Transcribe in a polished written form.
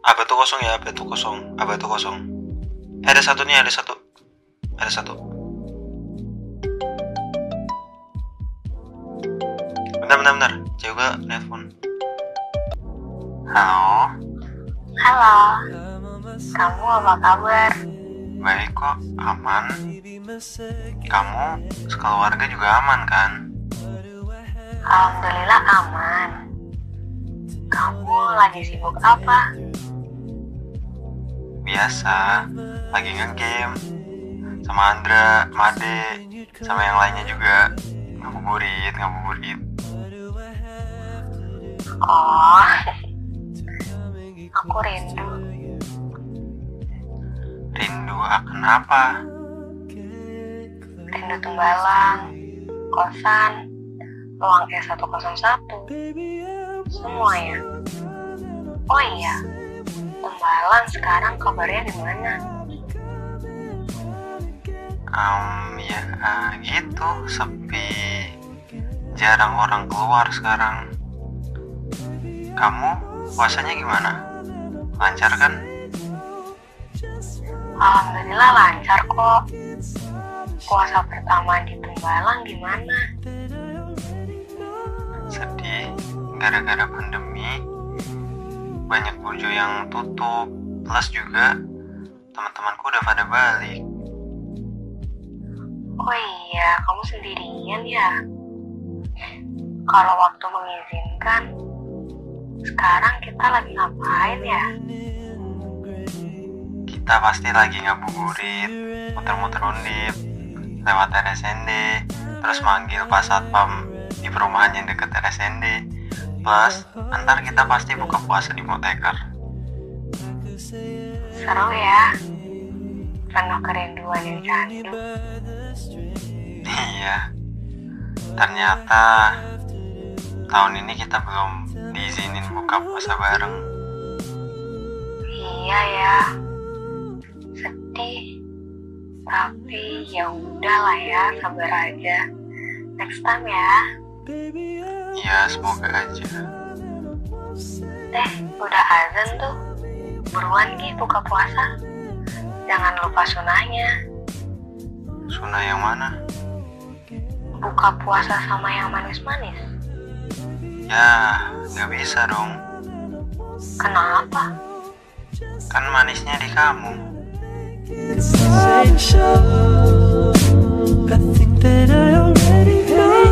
Apa tuh kosong ya? Apa tuh kosong? Apa tuh kosong? Ada satu nih, ada satu. Ada satu. Bentar. Cewek gue nelfon. Halo. Halo, kamu apa kabar? Baik kok, aman. Kamu sekeluarga juga aman kan? Alhamdulillah aman. Kamu lagi sibuk apa? Biasa, lagi nge-game sama Andra, Made, sama yang lainnya juga. Ngabuburit. Oh, aku rindu. Rindu akan apa? Rindu Tembalang, kosan, ruang E101, semuanya. Oh iya, Tembalang sekarang kabarnya di mana? Ya gitu, sepi. Jarang orang keluar sekarang. Kamu puasanya gimana? Lancar kan? Alhamdulillah lancar kok. Puasa pertama di Tembalang gimana? Sedih, gara-gara pandemi banyak burjo yang tutup. Plus juga teman-temanku udah pada balik. Oh iya, kamu sendirian ya? Kalau waktu mengizinkan, sekarang kita lagi ngapain ya? Kita pasti lagi ngabuburit, muter-muter undip, lewat RSND, terus manggil Pak Satpam di perumahan yang deket RSND. Plus, ntar kita pasti buka puasa di Moteker. Seru ya, penuh kerinduan yang candu. Iya, ternyata tahun ini kita belum diizinin buka puasa bareng. Iya ya, sedih. Tapi ya udahlah ya, sabar aja. Next time ya. Iya, semoga aja. Udah azan tuh. Buruan Gi buka puasa. Jangan lupa sunahnya. Sunah yang mana? Buka puasa sama yang manis-manis. Ya, gak bisa dong. Kenapa? Kan manisnya di kamu. I think that I already know.